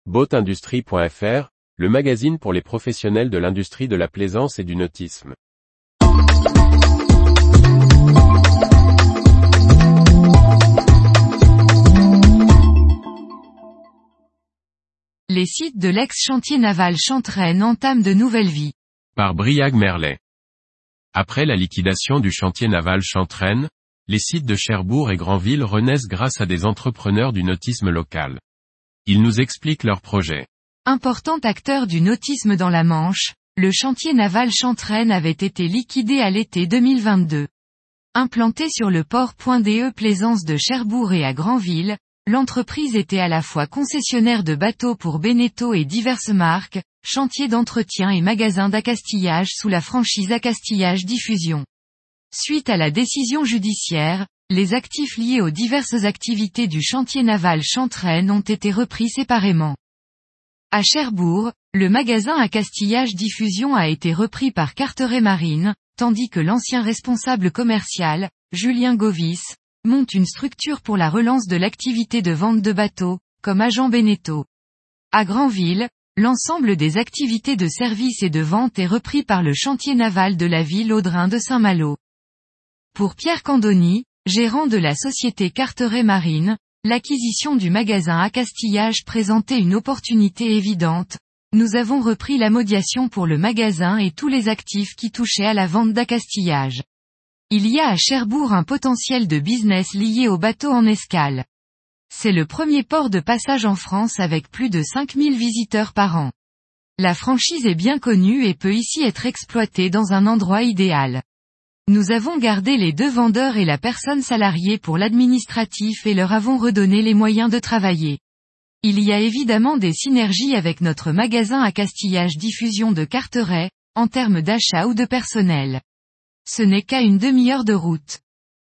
Boatindustrie.fr, le magazine pour les professionnels de l'industrie de la plaisance et du nautisme. Les sites de l'ex-chantier naval Chantereine entament de nouvelles vies. Par Briag Merlet. Après la liquidation du chantier naval Chantereine, les sites de Cherbourg et Granville renaissent grâce à des entrepreneurs du nautisme local. Ils nous expliquent leurs projets. Important acteur du nautisme dans la Manche, le chantier naval Chantereine avait été liquidé à l'été 2022. Implanté sur le port .de Plaisance de Cherbourg et à Granville, l'entreprise était à la fois concessionnaire de bateaux pour Beneteau et diverses marques, chantier d'entretien et magasin d'accastillage sous la franchise Accastillage Diffusion. Suite à la décision judiciaire, les actifs liés aux diverses activités du chantier naval Chantereine ont été repris séparément. À Cherbourg, le magasin Accastillage Diffusion a été repris par Carteret Marine, tandis que l'ancien responsable commercial, Julien Govis, monte une structure pour la relance de l'activité de vente de bateaux, comme agent Beneteau. À Granville, l'ensemble des activités de service et de vente est repris par le chantier naval de la ville Audrin de Saint-Malo. Pour Pierre Candoni, gérant de la société Carteret Marine, l'acquisition du magasin Accastillage présentait une opportunité évidente. Nous avons repris la modiation pour le magasin et tous les actifs qui touchaient à la vente d'accastillage. Il y a à Cherbourg un potentiel de business lié aux bateaux en escale. C'est le premier port de passage en France avec plus de 5000 visiteurs par an. La franchise est bien connue et peut ici être exploitée dans un endroit idéal. Nous avons gardé les 2 vendeurs et la personne salariée pour l'administratif et leur avons redonné les moyens de travailler. Il y a évidemment des synergies avec notre magasin Accastillage Diffusion de Carteret, en termes d'achat ou de personnel. Ce n'est qu'à une demi-heure de route.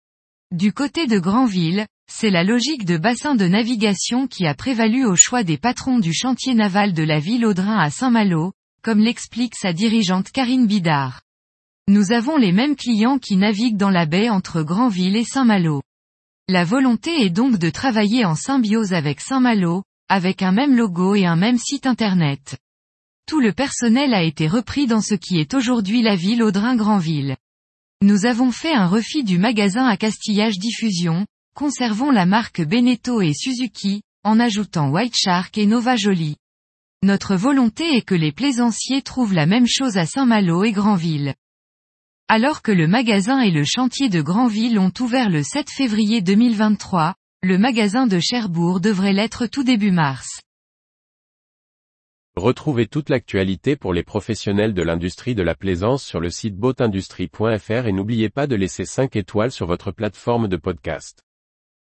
Du côté de Granville, c'est la logique de bassin de navigation qui a prévalu au choix des patrons du chantier naval de la ville Audrin à Saint-Malo, comme l'explique sa dirigeante Karine Bidard. Nous avons les mêmes clients qui naviguent dans la baie entre Granville et Saint-Malo. La volonté est donc de travailler en symbiose avec Saint-Malo, avec un même logo et un même site internet. Tout le personnel a été repris dans ce qui est aujourd'hui la ville Audrin-Granville. Nous avons fait un refit du magasin Accastillage Diffusion, conservons la marque Beneteau et Suzuki, en ajoutant White Shark et Nova Jolie. Notre volonté est que les plaisanciers trouvent la même chose à Saint-Malo et Granville. Alors que le magasin et le chantier de Granville ont ouvert le 7 février 2023, le magasin de Cherbourg devrait l'être tout début mars. Retrouvez toute l'actualité pour les professionnels de l'industrie de la plaisance sur le site boatindustrie.fr et n'oubliez pas de laisser 5 étoiles sur votre plateforme de podcast.